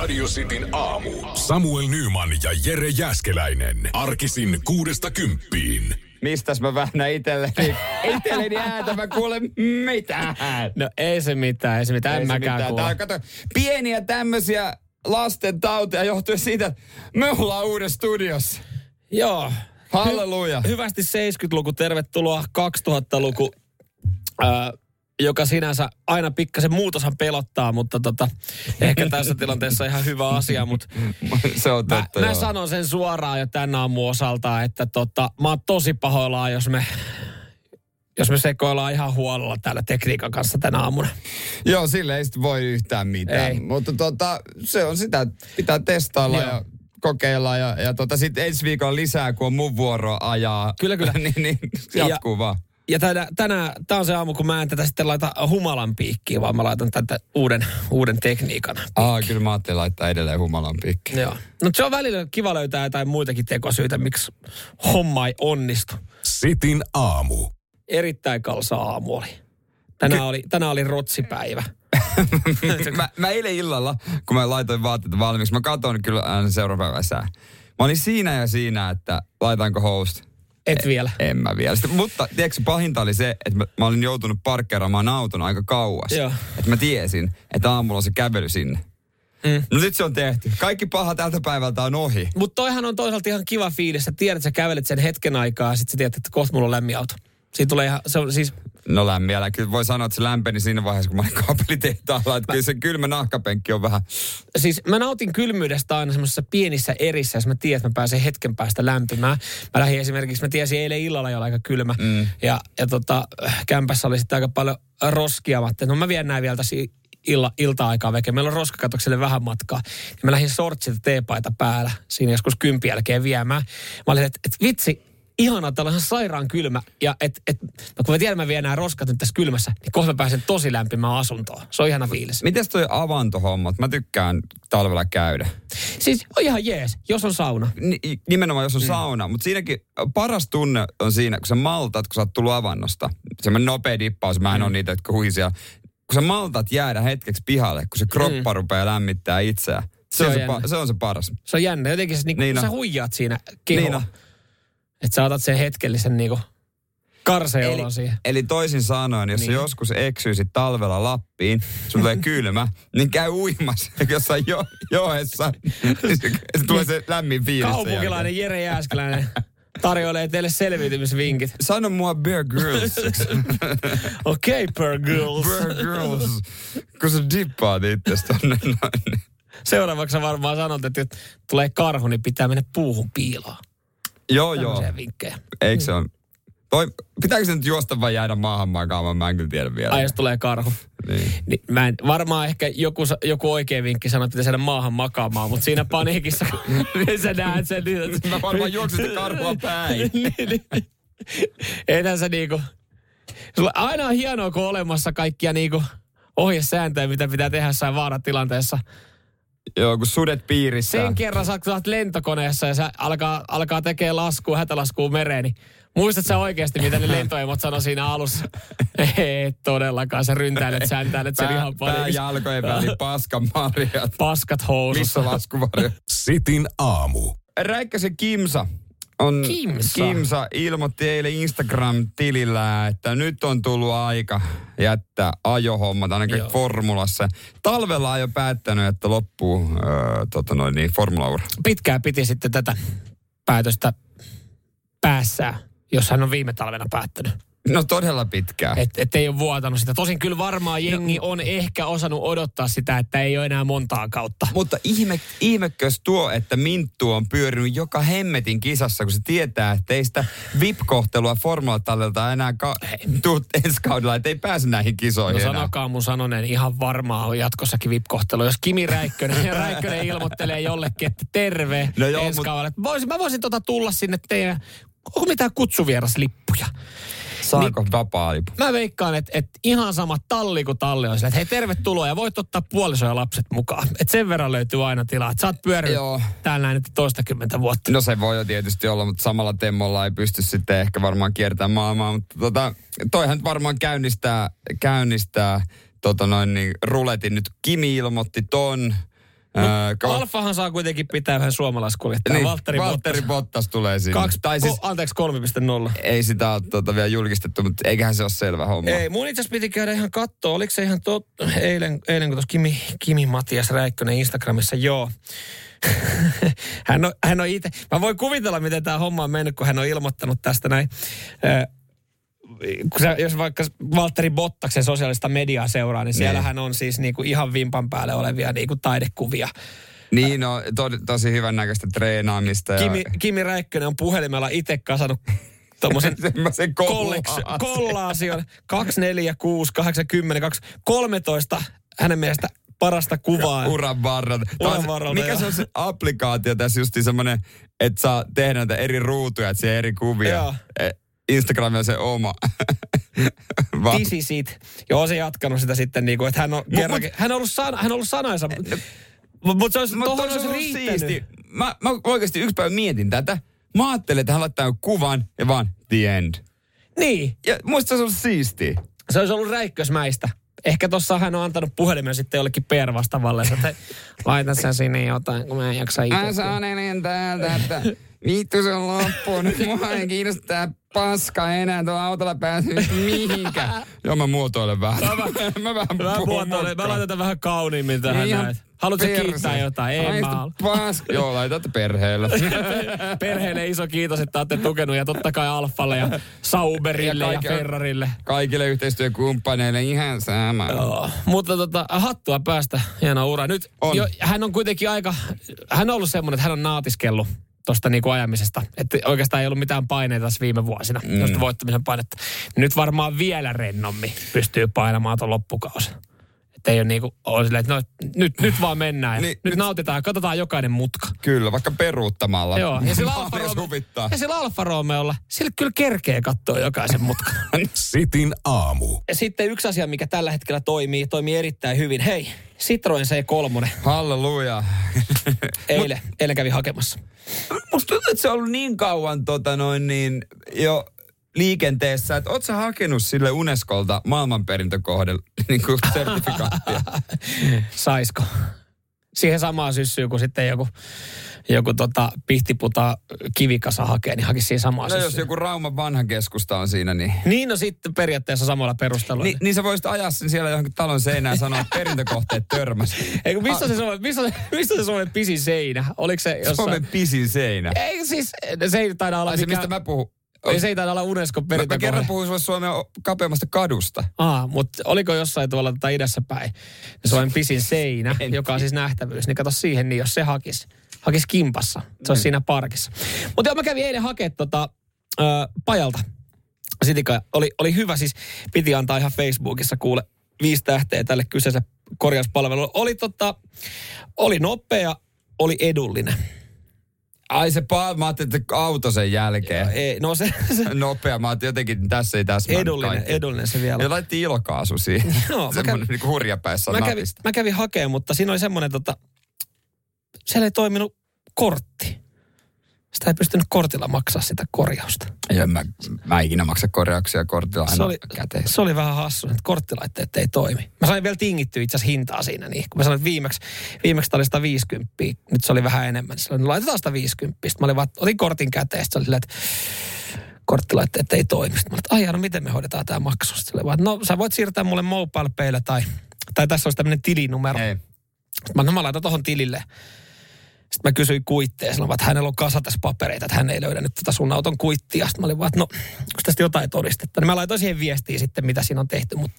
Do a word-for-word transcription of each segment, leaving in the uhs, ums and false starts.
Radio Cityn aamu. Samuel Nyman ja Jere Jääskeläinen. Arkisin kuudesta kymppiin. Mistäs mä väännän itselleni, itselleni ääntä, mä kuulen mitään. No ei se mitään, ei se mitään, en mäkään kuule. Tää on, kato, pieniä tämmöisiä lasten tauteja johtuen siitä, että me ollaan uudessa studiossa. Joo. Halleluja. Hy- hyvästi seitsemänkymmentäluku, tervetuloa kaksituhattaluku, äh, joka sinänsä aina pikkasen muutoshan pelottaa, mutta tota, ehkä tässä tilanteessa ihan hyvä asia. Mutta se on totta, mä, mä sanon sen suoraan jo tän aamun osalta, että tota, mä oon tosi pahoillaan, jos me, jos me sekoillaan ihan huolella täällä tekniikan kanssa tänä aamuna. Joo, sille ei sit voi yhtään mitään. Ei. Mutta tota, se on sitä, että pitää testailla Joo. ja kokeilla. Ja, ja tota, sitten ensi viikolla lisää, kun on mun vuoro ajaa. Kyllä, kyllä. niin, niin jatkuu ja, vaan. Ja tänään, tänään, tämä on se aamu, kun mä en tätä sitten laita humalan piikkiin, vaan mä laitan tätä uuden, uuden tekniikan piikkiin. Aa, kyllä mä ajattelin laittaa edelleen humalan piikkiin. Joo. No se on välillä kiva löytää jotain muitakin tekosyitä, miksi homma ei onnistu. Cityn aamu. Erittäin kalsa aamu oli. Tänään, Ky- oli, tänään oli rotsipäivä. mä, mä eilen illalla, kun mä laitoin vaatteita valmiiksi, mä katsoin kyllä aina seuraavaa sää. Mä olin siinä ja siinä, että laitanko host. Et vielä. En, en mä vielä. Sitten, mutta tiedätkö, pahinta oli se, että mä, mä olin joutunut parkkeeraamaan auton aika kauas. Joo. Että mä tiesin, että aamulla on se kävely sinne. Mm. No sit se on tehty. Kaikki paha tältä päivältä on ohi. Mutta toihan on toisaalta ihan kiva fiilis. Sä tiedät, että sä kävelet sen hetken aikaa ja sit sä tiedät, että kohta mulla on lämmin auto. Siitä tulee ihan, se on siis... No lämmiälä. Kyllä voi sanoa, että se lämpeni siinä vaiheessa, kun mä olin kaapelitehtaalla. Että mä... kyllä se kylmä nahkapenkki on vähän... Siis mä nautin kylmyydestä aina semmoisissa pienissä erissä, jos mä tiedän, että mä pääsen hetken päästä lämpimään. Mä lähdin esimerkiksi, mä tiesin eilen illalla jo aika kylmä. Mm. Ja, ja tota, kämpässä oli sitten aika paljon roskia. Mä ajattelin, no mä vien näin vielä tässä illa, ilta-aikaa veke. Meillä on roskakatokselle vähän matkaa. Ja mä lähdin sortsit ja teepaita päällä siinä joskus kympin jälkeen viemään. Mä olin, että et, vitsi, ihanaa, että on ihan sairaan kylmä. Ja et, et, no kun mä tiedän, mä vien nämä roskat nyt tässä kylmässä, niin kohta mä pääsen tosi lämpimään asuntoon. Se on ihana fiilis. Mites toi avantohommat? Mä tykkään talvella käydä. Siis on ihan jees, jos on sauna. Ni, nimenomaan jos on mm. sauna, mutta siinäkin paras tunne on siinä, kun sä maltat, kun sä oot tullut avannosta. Semmoinen nopea dippaus, mä en mm. ole niitä, jotka huisia. Kun sä maltat jäädä hetkeksi pihalle, kun se kroppa mm. rupeaa lämmittää itseään. Se, se, on, se, pa, se on se paras. Se on jännä. Jotenkin se, niin, niin sä huijaat siinä kehoa. Niin että sä otat sen hetkellisen niinku karseolon siihen. Eli toisin sanoen, jos niin. sä joskus eksyisit talvella Lappiin, sun tulee kylmä, niin käy uimassa jossain jo, joessa. Se tulee se lämmin fiilis. Kaupunkilainen Jere Jääskeläinen tarjoilee teille selviytymisvinkit. Sano mua Bear Grylls. Okei, okay, Bear Grylls. Bear Grylls. Kun sä dippaat itsestä tonne noin. Seuraavaksi varmaan sanot, että jos tulee karhu, niin pitää mennä puuhun piiloon. Joo, tämmöisiä joo. vinkkejä. Eikö se on? Toi, pitääkö se nyt juosta vai jäädä maahan makaamaan? Mä en kyllä tiedä vielä. Ai, jos tulee karhu. Niin. Niin mä en, varmaan ehkä joku, joku oikea vinkki sanoo, että pitäisi jäädä maahan makaamaan, mutta siinä paniikissa, niin sä näet sen. Niin, mä varmaan juoksin sitä karhua päin. niin, niin. Eihän sä niinku... Sulla aina on hienoa, kun on olemassa kaikkia niinku ohjesääntöjä, mitä pitää tehdä jossain vaaratilanteessa. Joo, kun sudet piirissä. Sen kerran sä oot lentokoneessa ja sä alkaa, alkaa tekemään laskua, hätälaskua mereen, niin muistat sä oikeasti, mitä ne lentoemot sanoi siinä alussa? Ei todellakaan, sä ryntäilet, säntäilet sen ihan paljon. Pää jalkojen väliin, paskan marjat. Paskat housussa. Missä laskuvarjo? Cityn aamu. Räikkösen Kimsa on, Kimsa. Kimsa ilmoitti eilen Instagram-tilillä, että nyt on tullut aika jättää ajohommat, ainakin Joo. formulassa. Talvella on jo päättänyt, että loppuu öö, tota noin, niin, formulaura. Pitkään piti sitten tätä päätöstä päässään, jos hän on viime talvena päättänyt. No todella pitkään. Että et ei ole vuotanut sitä. Tosin kyllä varmaan jengi on ehkä osannut odottaa sitä, että ei ole enää montaa kautta. Mutta ihme, ihmekös tuo, että Minttu on pyörinyt joka hemmetin kisassa, kun se tietää, että ei sitä V I P-kohtelua formulatallelta enää ka- tuu ensi kaudella, että ei pääse näihin kisoihin No enää. sanokaa mun sanonen, ihan varmaa on jatkossakin V I P-kohtelu. Jos Kimi Räikkönen, Räikkönen ilmoittelee jollekin, että terve no joo, ensi mut... kaudella. Voisin, mä voisin tota tulla sinne teidän, onko mitään kutsuvieраslippuja? Saako niin, vapaa-lipu? Mä veikkaan, että et ihan sama talli kuin talli on sillä, että hei tervetuloa ja voit ottaa puoliso ja lapset mukaan. Että sen verran löytyy aina tilaa. Että sä oot pyörinyt täällä näin toistakymmentä vuotta. No se voi jo tietysti olla, mutta samalla temmolla ei pysty sitten ehkä varmaan kiertämään maailmaa. Mutta tota, toihan varmaan käynnistää, käynnistää tota noin niin, ruletin nyt. Kimi ilmoitti ton. Öö, Alfahan saa kuitenkin pitää vähän suomalaiskuljettaja. Niin, Valtteri, Valtteri Bottas. Bottas tulee sinne. Kaksi, tai siis, ko, anteeksi, kolme piste nolla. Ei sitä ole tuota vielä julkistettu, mutta eiköhän se ole selvä homma. Ei, mun itse asiassa piti käydä ihan katsoa. Oliko se ihan tot... Eilen, eilen kun tuossa Kimi, Kimi Matias Räikkönen Instagramissa, joo. hän on, hän on itse... Mä voin kuvitella, miten tämä homma on mennyt, kun hän on ilmoittanut tästä näin. Äh, kun sä, jos vaikka Valtteri Bottaksen sosiaalista mediaa seuraa, niin siellähän on siis niinku ihan vimpan päälle olevia niinku taidekuvia. Niin, no to, tosi hyvän näköistä treenaamista. Ja... Kimi, Kimi Räikkönen on puhelimella itse kasannut tommosen kolleks- kollaasion. kaksi, neljä, kuusi, kahdeksan, kymmenen, kaksi, kolmetoista hänen mielestä parasta kuvaa. Uran varrelta. Uran varrelta. Mikä se on se applikaatio tässä justi semmoinen, että saa tehdä näitä eri ruutuja, että siellä eri kuvia. Joo. Instagram on se oma. This is it. Joo, se jatkanut sitä sitten niin kuin, että hän on mut, kerrankin, mut, hän on ollut, sana, hän on ollut sanaisa. Mutta mut se olisi, mut tohon se olisi riittänyt. Siisti. Mä, mä oikeasti yksi päivä mietin tätä. Mä ajattelin, että hän laittaa kuvan ja vaan the end. Niin. Ja musta se olisi ollut siistiä. Se olisi ollut räikkösmäistä. Ehkä tossa hän on antanut puhelimen sitten jollekin P R-vastaavalle, että laita sä sinne jotain, kun mä en jaksa itse. Mä saan enää täältä, että vittu se on loppunut. Mua ei kiinnosta tää paska enää. Tuolla autolla pääsee mihinkään. Joo, mä muotoilen vähän. Mä, mä vähän mä muotoilen. Mä laitan vähän kauniimmin tähän näin. Haluatko sä kiittää jotain? Ei mä halua. Paska. Joo, laitatte perheelle. Perheelle iso kiitos, että olette tukenut. Ja totta kai Alfalle ja Sauberille ja, ja Ferrarille. Kaikille yhteistyökumppaneille ihan sama. Joo, mutta tota, hattua päästä. Hieno ura. Nyt jo, hän on kuitenkin aika, hän on ollut semmoinen, että hän on naatiskellut tuosta niinku ajamisesta. Että oikeastaan ei ollut mitään paineita tässä viime vuosina, mm. tuosta voittamisen painetta. Nyt varmaan vielä rennommin pystyy painamaan tuon loppukausi. Että ei ole niinku, ole silleen, että no, nyt, nyt vaan mennään. Ja niin, nyt, nyt nautitaan ja katsotaan jokainen mutka. Kyllä, vaikka peruuttamalla. Joo, ja sillä Alfa, Rome, ja sillä Alfa Romeolla, sillä kyllä kerkee katsoa jokaisen mutkan. Sitin aamu. Ja sitten yksi asia, mikä tällä hetkellä toimii, toimii erittäin hyvin. Hei, Citroen C kolme. Halleluja. Eilen, eilen kävin hakemassa. Musta tuntuu, että se on ollut niin kauan tota noin niin jo liikenteessä, että oot sä hakenut sille Unescolta maailmanperintökohdelle niin kuin sertifikaattia? Saisko? Siihen samaan syssyyn, kun sitten joku, joku tota pihtiputa kivikasa hakee, niin hakisi siihen samaan no syssyyn. Jos joku Rauman vanha keskusta on siinä, niin... Niin, no sitten periaatteessa samalla perusteella. Ni, niin sä voisit ajaa sen siellä johonkin talon seinään ja sanoa, että perintökohteet törmäs. Eikö, missä, se Suomen, missä, missä se Suomen pisin seinä? Oliko se jossain... Suomen pisin seinä? Ei siis, se ei taida olla... Ai se, mistä mä puhun? Ei se ei taida olla Unescon perintökohde. Mä kerran puhuin sulle Suomen kapeammasta kadusta. Aa, mutta oliko jossain tuolla tota idässä päin Suomen pisin seinä, joka on siis nähtävyys, niin kato siihen, niin jos se hakisi, hakisi kimpassa. Se olisi mm. siinä parkissa. Mutta joo, mä kävin eilen hakemaan tota, ö, pajalta. Sitika, oli, oli hyvä siis, piti antaa ihan Facebookissa kuule viisi tähteä tälle kyseiselle korjauspalvelulle. Oli, tota, oli nopea, oli edullinen. Ai se paljon, mä ajattelin, että auto sen jälkeen. Joo, ei, no se, se... Nopea, mä ajattelin jotenkin, tässä ei täsmännyt Edullinen, kaikki. Edullinen se vielä. Ja laitettiin ilokaasu siihen. Joo, semmoinen niin kuin hurjapäissä mä kävin, mä kävin hakemaan, mutta siinä oli semmoinen, tota, siellä ei toiminut kortti. Sitä ei pystynyt kortilla maksaa sitä korjausta. Joo, mä, mä ikinä maksa korjauksia kortilla aina se oli, käteen. Se oli vähän hassu, että korttilaitteet ei toimi. Mä sain vielä tingittyä itse asiassa hintaa siinä. Niin. Kun mä sanoin, että viimeksi, viimeksi tämä oli sata viisikymmentä, nyt se oli vähän enemmän. Silloin, no laitetaan sata viisikymmentä. Sitten mä olin vaan, otin kortin käteen, sitten se oli silleen, että korttilaitteet ei toimi. Sitten mä olin, että ai no miten me hoidetaan tämä maksu? Sitten oli vaan, no sä voit siirtää mulle mobile paylle tai, tai tässä olisi tämmöinen tilinumero. Ei. Sitten mä, no mä laitan tohon tilille. Sitten mä kysyin kuitteja, sanoin, että hänellä on kasa tässä papereita, että hän ei löydä nyt tota sun auton kuittia. Sitten mä olin vaan, että no, onko tästä jotain todistetta? Niin mä laitoin siihen viestiin sitten, mitä siinä on tehty, mutta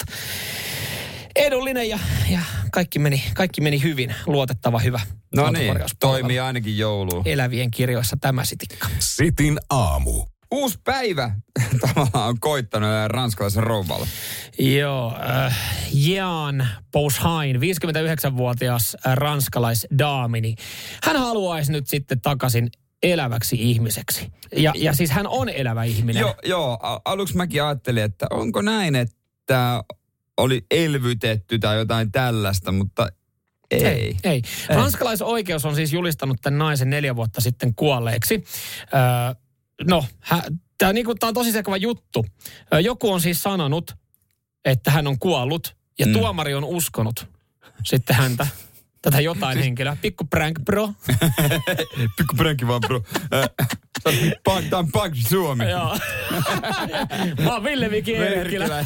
edullinen ja, ja kaikki, meni, kaikki meni hyvin, luotettava hyvä. No niin, toimii ainakin jouluun. Elävien kirjoissa tämä sitikka. Sitin aamu. Uusi päivä tavallaan on koittanut ranskalaisen rouvalla. Joo, äh, Jean Poushain, viisikymmentäyhdeksänvuotias äh, ranskalaisdaamini. Hän haluaisi nyt sitten takaisin eläväksi ihmiseksi. Ja, ja siis hän on elävä ihminen. Joo, joo, aluksi mäkin ajattelin, että onko näin, että oli elvytetty tai jotain tällaista, mutta ei. Ei, ei. ei. Ranskalaisoikeus on siis julistanut tämän naisen neljä vuotta sitten kuolleeksi. Öö, No, tämä niinku, on tosi sekava juttu. Joku on siis sanonut, että hän on kuollut, ja mm. tuomari on uskonut sitten häntä. tätä jotain henkilöä. Pikku prank bro. Pikku prank vaan bro. Tämä on Punk Suomi. Joo. Mä oon Ville Viki Eerikilä.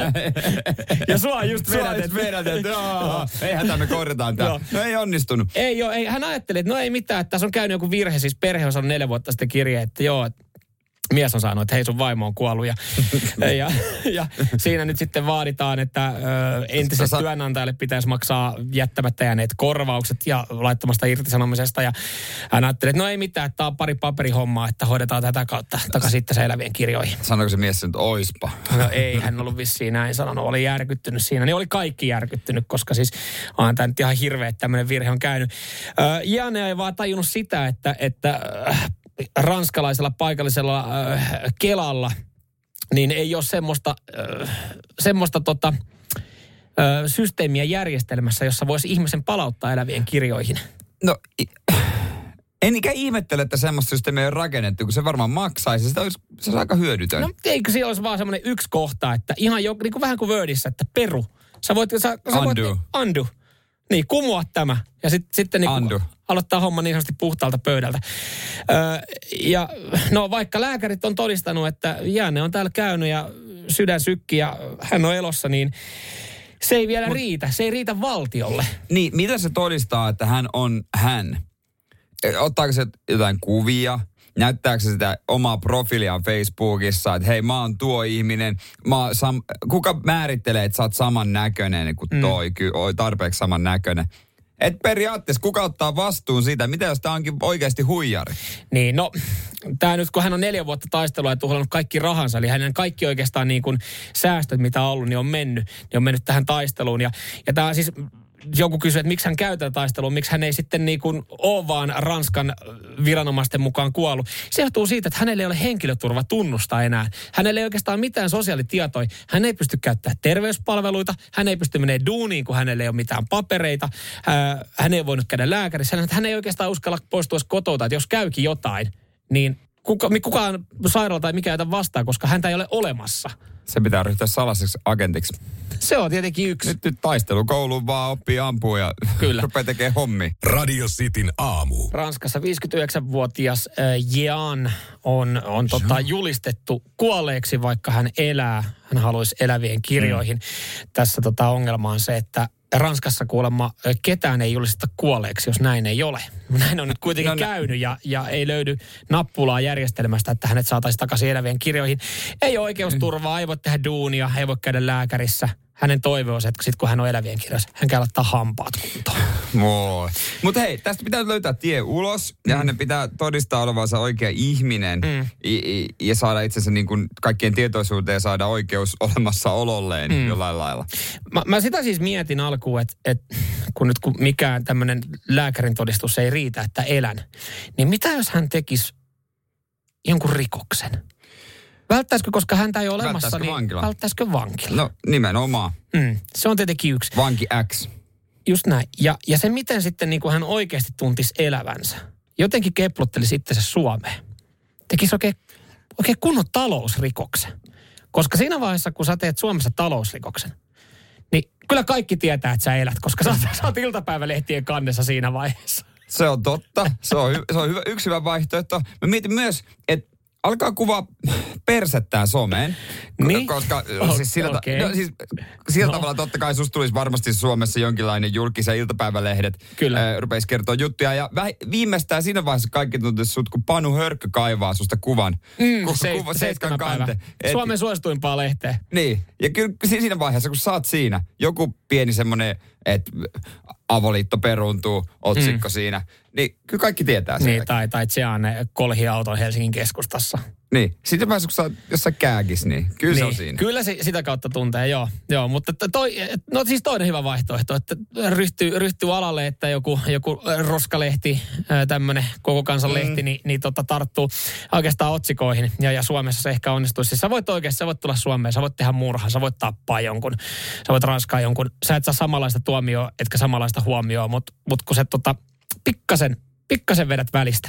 Ja sua on just vedätet. Sua on just vedätet. Eihän tämä me korjataan tää. No ei onnistunut. Ei joo, ei. Hän ajatteli, että no ei mitään, että tässä on käynyt joku virhe. Siis perhe on saanut neljä vuotta sitten kirje, että joo, että mies on saanut, että hei sun vaimo on kuollut. Ja, ja, ja siinä nyt sitten vaaditaan, että ö, entiselle sa- työnantajalle pitäisi maksaa jättämättä jääneet korvaukset ja laittomasta irtisanomisesta. Ja hän ajatteli, että no ei mitään, että tämä on pari paperihommaa, että hoidetaan tätä kautta takaisin sitten se elävien kirjoihin. Sanoiko se mies nyt oispa? No ei, hän ollut vissiin näin sanonut. Oli järkyttynyt siinä. Niin oli kaikki järkyttynyt, koska siis on tämä nyt ihan hirveä, että tämmöinen virhe on käynyt. Ö, Jane ei vaan tajunnut sitä, että, että ranskalaisella paikallisella äh, Kelalla, niin ei ole semmoista, äh, semmoista tota, äh, systeemiä järjestelmässä, jossa voisi ihmisen palauttaa elävien kirjoihin. No, en ikään ihmettele, että semmoista systeemiä on rakennettu, kun se varmaan maksaisi. Sitä olisi, se olisi aika hyödytön. No, eikö siellä olisi vaan semmoinen yksi kohta, että ihan jo, niin kuin vähän kuin Wordissä, että peru. Sä voit, sä, sä undo. Voit, undo. Niin, kumoa tämä. Ja sit, sitten niin undo. Aloittaa homma niin sanotusti puhtaalta pöydältä. Öö, ja no vaikka lääkärit on todistanut, että Janne on täällä käynyt ja sydän sykki ja hän on elossa, niin se ei vielä Mut, riitä. Se ei riitä valtiolle. Niin, mitä se todistaa, että hän on hän? Ottaako se jotain kuvia? Näyttääkö se sitä omaa profiiliaan Facebookissa, että hei, mä oon tuo ihminen. Mä oon sam- kuka määrittelee, että sä oot saman näköinen kuin toi, mm. kyllä tarpeeksi saman näköinen? Et periaatteessa kuka ottaa vastuun siitä, mitä jos tää onkin oikeasti huijari? Niin, no, tää nyt kun hän on neljä vuotta taistelua ja tuhlannut kaikki rahansa, eli hänen kaikki oikeastaan niin kuin säästöt, mitä on ollut, niin on mennyt, niin on mennyt tähän taisteluun. Ja, ja tää siis, joku kysyy, että miksi hän käy tätä taistelua, miksi hän ei sitten niin kuin ole vaan Ranskan viranomaisten mukaan kuollut. Se johtuu siitä, että hänellä ei ole henkilöturva tunnusta enää. Hänellä ei oikeastaan mitään sosiaalitietoja. Hän ei pysty käyttämään terveyspalveluita. Hän ei pysty menemään duuniin, kun hänellä ei ole mitään papereita. Hän ei voinut käydä lääkärissä. Hän ei oikeastaan uskalla poistua kotouta, että jos käykin jotain, niin kuka, kukaan sairaala tai mikä jätä vastaa, koska häntä ei ole olemassa. Se pitää ryhtyä salaiseksi agentiksi. Se on tietenkin yksi. Nyt, nyt taistelukouluun vaan oppii ampua ja Kyllä. rupeaa tekemään hommia. Radio Cityn aamu. Ranskassa viisikymmentäyhdeksänvuotias äh, Jean on, on tota, julistettu kuolleeksi, vaikka hän elää. Hän haluaisi elävien kirjoihin. Mm. Tässä tota, ongelma on se, että Ranskassa kuulemma ketään ei julisteta kuolleeksi, jos näin ei ole. Näin on nyt kuitenkin no, käynyt ja, ja ei löydy nappulaa järjestelmästä, että hänet saataisiin takaisin elävien kirjoihin. Ei ole oikeusturvaa, ei voi tehdä duunia, ei voi käydä lääkärissä. Hänen toive on se, että sit kun hän on elävien kirjoissa, hän käy laittaa hampaat kuntoon. Mutta hei, tästä pitää löytää tie ulos ja mm. hänen pitää todistaa olevansa oikea ihminen mm. ja, ja saada itsensä niin kuin kaikkien tietoisuuteen ja saada oikeus olemassaololleen mm. jollain lailla. Mä, mä sitä siis mietin alkuun, että, että kun nyt kun mikään tämmöinen lääkärin todistus ei riitä, että elän, niin mitä jos hän tekisi jonkun rikoksen? Välttäisikö, koska häntä ei ole olemassa, välttäisikö niin vankila? välttäisikö vankila? No nimenomaan. Mm, se on tietenkin yksi. Vanki X. Just näin. Ja, ja se, miten sitten niin kuin hän oikeasti tuntisi elävänsä. Jotenkin keplotteli sitten se Suomeen. Tekisi oikein, oikein kunnon talousrikoksen. Koska siinä vaiheessa, kun sä teet Suomessa talousrikoksen, niin kyllä kaikki tietää, että sä elät, koska sä oot, sä oot iltapäivälehtien kannessa siinä vaiheessa. Se on totta. Se on, hy- se on hyvä, yksi hyvä vaihtoehto. Mä mietin myös, että alkaa kuvaa persettään someen, niin? koska oh, siis sillä, okay. ta- no, siis, sillä no. tavalla totta kai susta tulisi varmasti Suomessa jonkinlainen julkisen iltapäivälehdet. Kyllä. Äh, rupeisi kertoa juttuja ja väh- viimeistään siinä vaiheessa kaikki tuntisi sut, kun Panu Hörkkö kaivaa susta kuvan. Mm, Ku, se, kuva, seitsemän kante. Et, Suomen suosituimpaa lehteä. Niin, ja kyllä siinä vaiheessa, kun sä oot siinä, joku pieni semmoinen, että avoliitto peruuntuu, otsikko mm. siinä, niin kyllä kaikki tietää sen. Niin, tai, tai Jeanne kolhi auton Helsingin keskustassa. Niin, sitten vaiheessa, kun sä oot jossain kääkis, niin kyllä niin, se on siinä. Kyllä se, sitä kautta tuntee, joo. joo mutta toi, no siis toinen hyvä vaihtoehto, että ryhtyy, ryhtyy alalle, että joku, joku roskalehti, tämmöinen koko kansan lehti, mm. niin, niin tota, tarttuu oikeastaan otsikoihin. Ja, ja Suomessa se ehkä onnistuisi. Siis sä voit oikeasti, sä voit tulla Suomeen, sä voit tehdä murhan, sä voit tappaa jonkun, sä voit ranskaa jonkun. Sä et saa samanlaista tuomioa, etkä samanlaista huomioon, mutta mut kun se tota, pikkasen, pikkasen vedät välistä.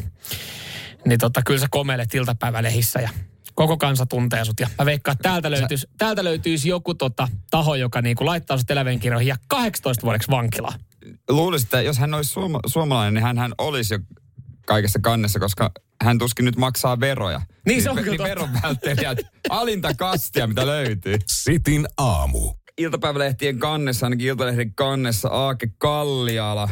Niin tota, kyllä sä komeilet iltapäivälehissä ja koko kansa tuntee sut. Ja mä veikkaan, että täältä löytyisi, sä... täältä löytyisi joku tota, taho, joka niinku laittaa sut elävien kirjoihin ja kahdeksantoista vuodeksi vankilaan. luulisin, että jos hän olisi suoma, suomalainen, niin hän, hän olisi jo kaikessa kannessa, koska hän tuskin nyt maksaa veroja. Niin se on kyllä niin veron välttelijät, alinta kastia, mitä löytyy. Sitin aamu. Iltapäivälehtien kannessa, ainakin Iltalehden kannessa, Aake Kalliala.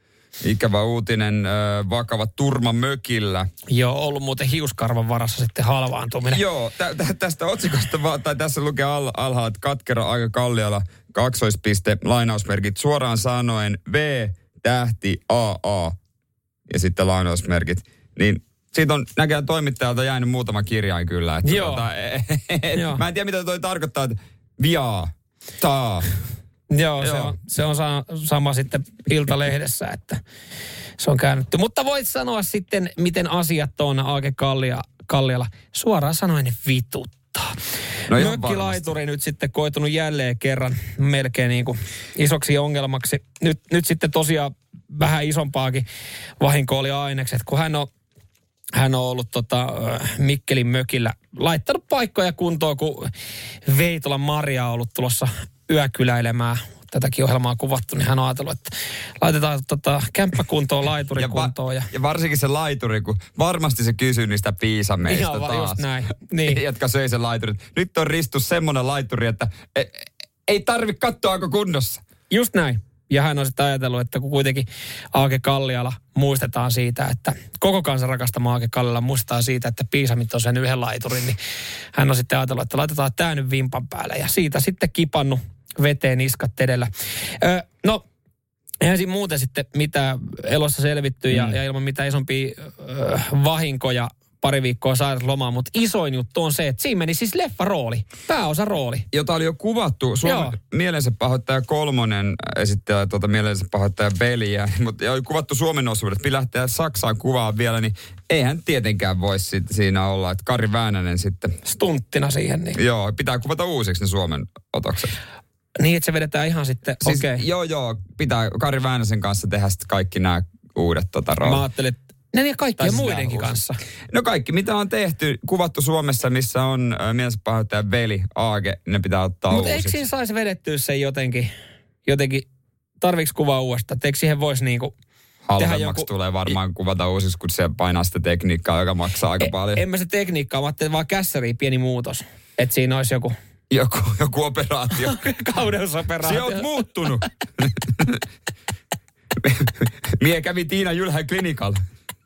Ikävä uutinen, ö, vakava turma mökillä. Joo, ollut muuten hiuskarvan varassa sitten halvaantuminen. Joo, tä, tä, tästä otsikosta, va, tai tässä lukee al, alhaalla, että katkera Aake Kalliala, kaksoispiste, lainausmerkit, suoraan sanoen V, tähti, A A, ja sitten lainausmerkit. Niin siitä on näköjään toimittajalta jäänyt muutama kirjain kyllä. Että Joo. Tota, et, Joo. Mä en tiedä, mitä toi tarkoittaa, että viaa, taa. Joo, Joo. Se, on, se on sa- sama sitten Iltalehdessä, että se on käännetty. Mutta voit sanoa sitten, miten asiat on Aake Kallia, Kalliala. Suoraan sanoen vituttaa. No mökkilaituri nyt sitten koitunut jälleen kerran melkein niin kuin isoksi ongelmaksi. Nyt, nyt sitten tosiaan vähän isompaakin vahinko oli ainekset, kun hän on Hän on ollut tota, Mikkelin mökillä laittanut paikkoja kuntoon, kun Veitolan Maria on ollut tulossa yökyläilemään. Tätäkin ohjelmaa kuvattu, niin hän on ajatellut, että laitetaan tota, kämppä kuntoon, laituri ja kuntoon. Va- ja... ja varsinkin se laituri, kun varmasti se kysyy niistä piisameista Ihan, taas. Just näin. Niin. Jotka söi sen laiturin. Nyt on ristus semmoinen laituri, että ei, ei tarvitse katsoa, onko kunnossa. Just näin. Ja hän on sitten ajatellut, että kun kuitenkin Aake Kalliala muistetaan siitä, että koko kansan rakastama Aake Kalliala muistaa siitä, että piisamit on sen yhden laiturin, niin hän on sitten ajatellut, että laitetaan tämä nyt vimpan päälle. Ja siitä sitten kipannut veteen iskat edellä. Öö, no, eihän siinä muuten sitten mitä elossa selvitty ja, mm. ja ilman mitään isompia öö, vahinkoja pari viikkoa sairauslomaa, mutta isoin juttu on se, että siinä meni siis leffarooli, pääosa rooli. Jota oli jo kuvattu. Suomen Mielensä pahoittaja kolmonen esittää tuota Mielensä pahoittaja veliä, mutta oli kuvattu Suomen osuudet. Lähtee Saksaan kuvaa vielä, niin eihän tietenkään voisi sit siinä olla, että Kari Väänänen sitten. Stunttina siihen. Niin. Joo, pitää kuvata uusiksi ne Suomen otokset. Niin, että se vedetään ihan sitten, siis, okei. Okay. Joo, joo, pitää Kari Väänäsen kanssa tehdä sitten kaikki nämä uudet tota, roolit. Mä ajattelin, ne ja kaikki ja muidenkin kanssa. No kaikki, mitä on tehty, kuvattu Suomessa, missä on äh, mielensä pahoittaja veli, Aage, ne pitää ottaa Mut uusiksi. Mutta eikö siinä saisi vedettyä sen jotenkin, jotenkin tarviks kuvaa uudestaan? Eikö siihen voisi niinku halvemmaksi joku... tulee varmaan kuvata uusiksi, kun se painaa sitä tekniikkaa, joka maksaa aika e, paljon. En mä se tekniikkaa, mä ajattelin vaan kässäriin pieni muutos. Että siinä olisi joku... Joku, joku operaatio. Kauneusoperaatio. Se oot muuttunut. Mie kävi Tiina Jylhän klinikalla.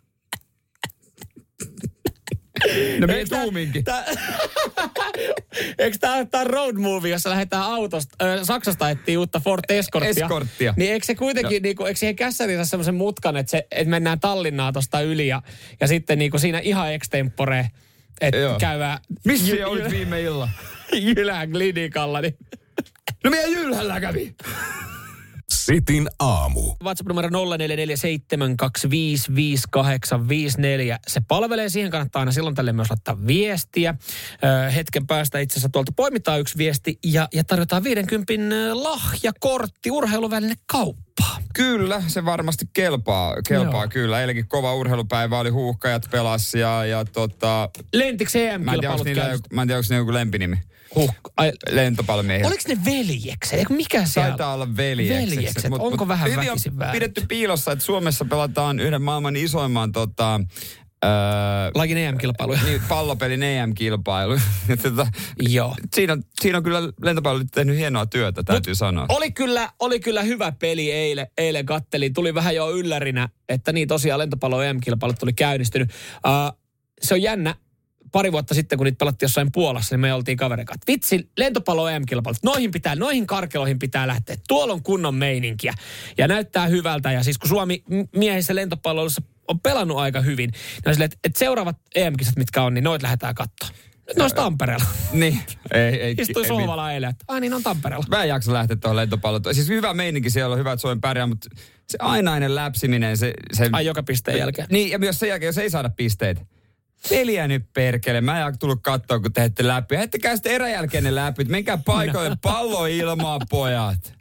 No mie tuuminkin. Tää, eikö tää ole road movie, jossa lähdetään autosta, äh, Saksasta etsii uutta Ford Escorttia. Escorttia. Niin eikö se kuitenkin, no. niinku, eikö siihen kässäriin saa semmoisen mutkan, että, se, että mennään Tallinnaa tosta yli ja, ja sitten niinku siinä ihan extempore, että käydään... Missä jy- olit viime illalla? Jylhän klinikalla, niin... No mie Jylhällä kävi. Sitin aamu. WhatsApp-numero nolla neljä neljä seitsemän kaksi viisi viisi kahdeksan viisi neljä. Se palvelee, siihen kannattaa aina silloin tälle myös laittaa viestiä. Ö, hetken päästä itse asiassa tuolta poimitaan yksi viesti ja, ja tarjotaan viidenkympin lahjakortti urheiluväline kauppaa. Kyllä, se varmasti kelpaa, kelpaa Joo. kyllä. Eilenkin kova urheilupäivä oli, Huuhkajat pelasi ja, ja tota... Lentiksi E M-kilpailut Mä en tiedä, onko niillä joku lempinimi. Huh. Lentopallomiehillä. Oliko ne veljekset? Eikö mikä siellä? Taitaa olla veljekset. Veljekset. Mut, Onko mut vähän hyvin väkisin väärin? Pidetty piilossa, että Suomessa pelataan yhden maailman isoimman tota, öö, Lajin E M-kilpailuja. Niin, pallopelin E M-kilpailu. tota, Joo. Siinä, siinä on kyllä lentopallo tehnyt hienoa työtä, täytyy Mut sanoa. Oli kyllä, oli kyllä hyvä peli eilen. Eilen kattelin. Tuli vähän jo yllärinä, että niin tosiaan lentopallo E M-kilpailut tuli käynnistynyt. Uh, se on jännä. Pari vuotta sitten, kun niitä pelattiin jossain Puolassa, niin me oltiin kaverekat. Vitsi, lentopallo E M-kilpailut. Noihin pitää, noihin karkeloihin pitää lähteä. Tuolla on kunnon meininkiä. Ja näyttää hyvältä. Ja siis kun Suomi miehissä lentopalloissa on pelannut aika hyvin, niin on silleen, että, että seuraavat E M-kisat, mitkä on, niin noit lähdetään katsoa. Nyt ne olisi Tampereella. Niin. Ei, ei, Istui ei, sohvalla eilen, että ai niin on Tampereella. Mä en jaksa lähteä tuohon lentopalloon. Siis hyvä meininki siellä on, hyvä, että Suomen pärjää, mutta se ainainen läpsiminen, se... se ai joka pisteen jälkeen. Niin, ja myös sen jälkeen, jos ei saada pisteitä. Peliä nyt perkele. Mä en tullut katsoa, kun te ette läpi. Heittäkää sitten eräjälkeinen läpi. Menkää paikoille pallo ilmaan, pojat.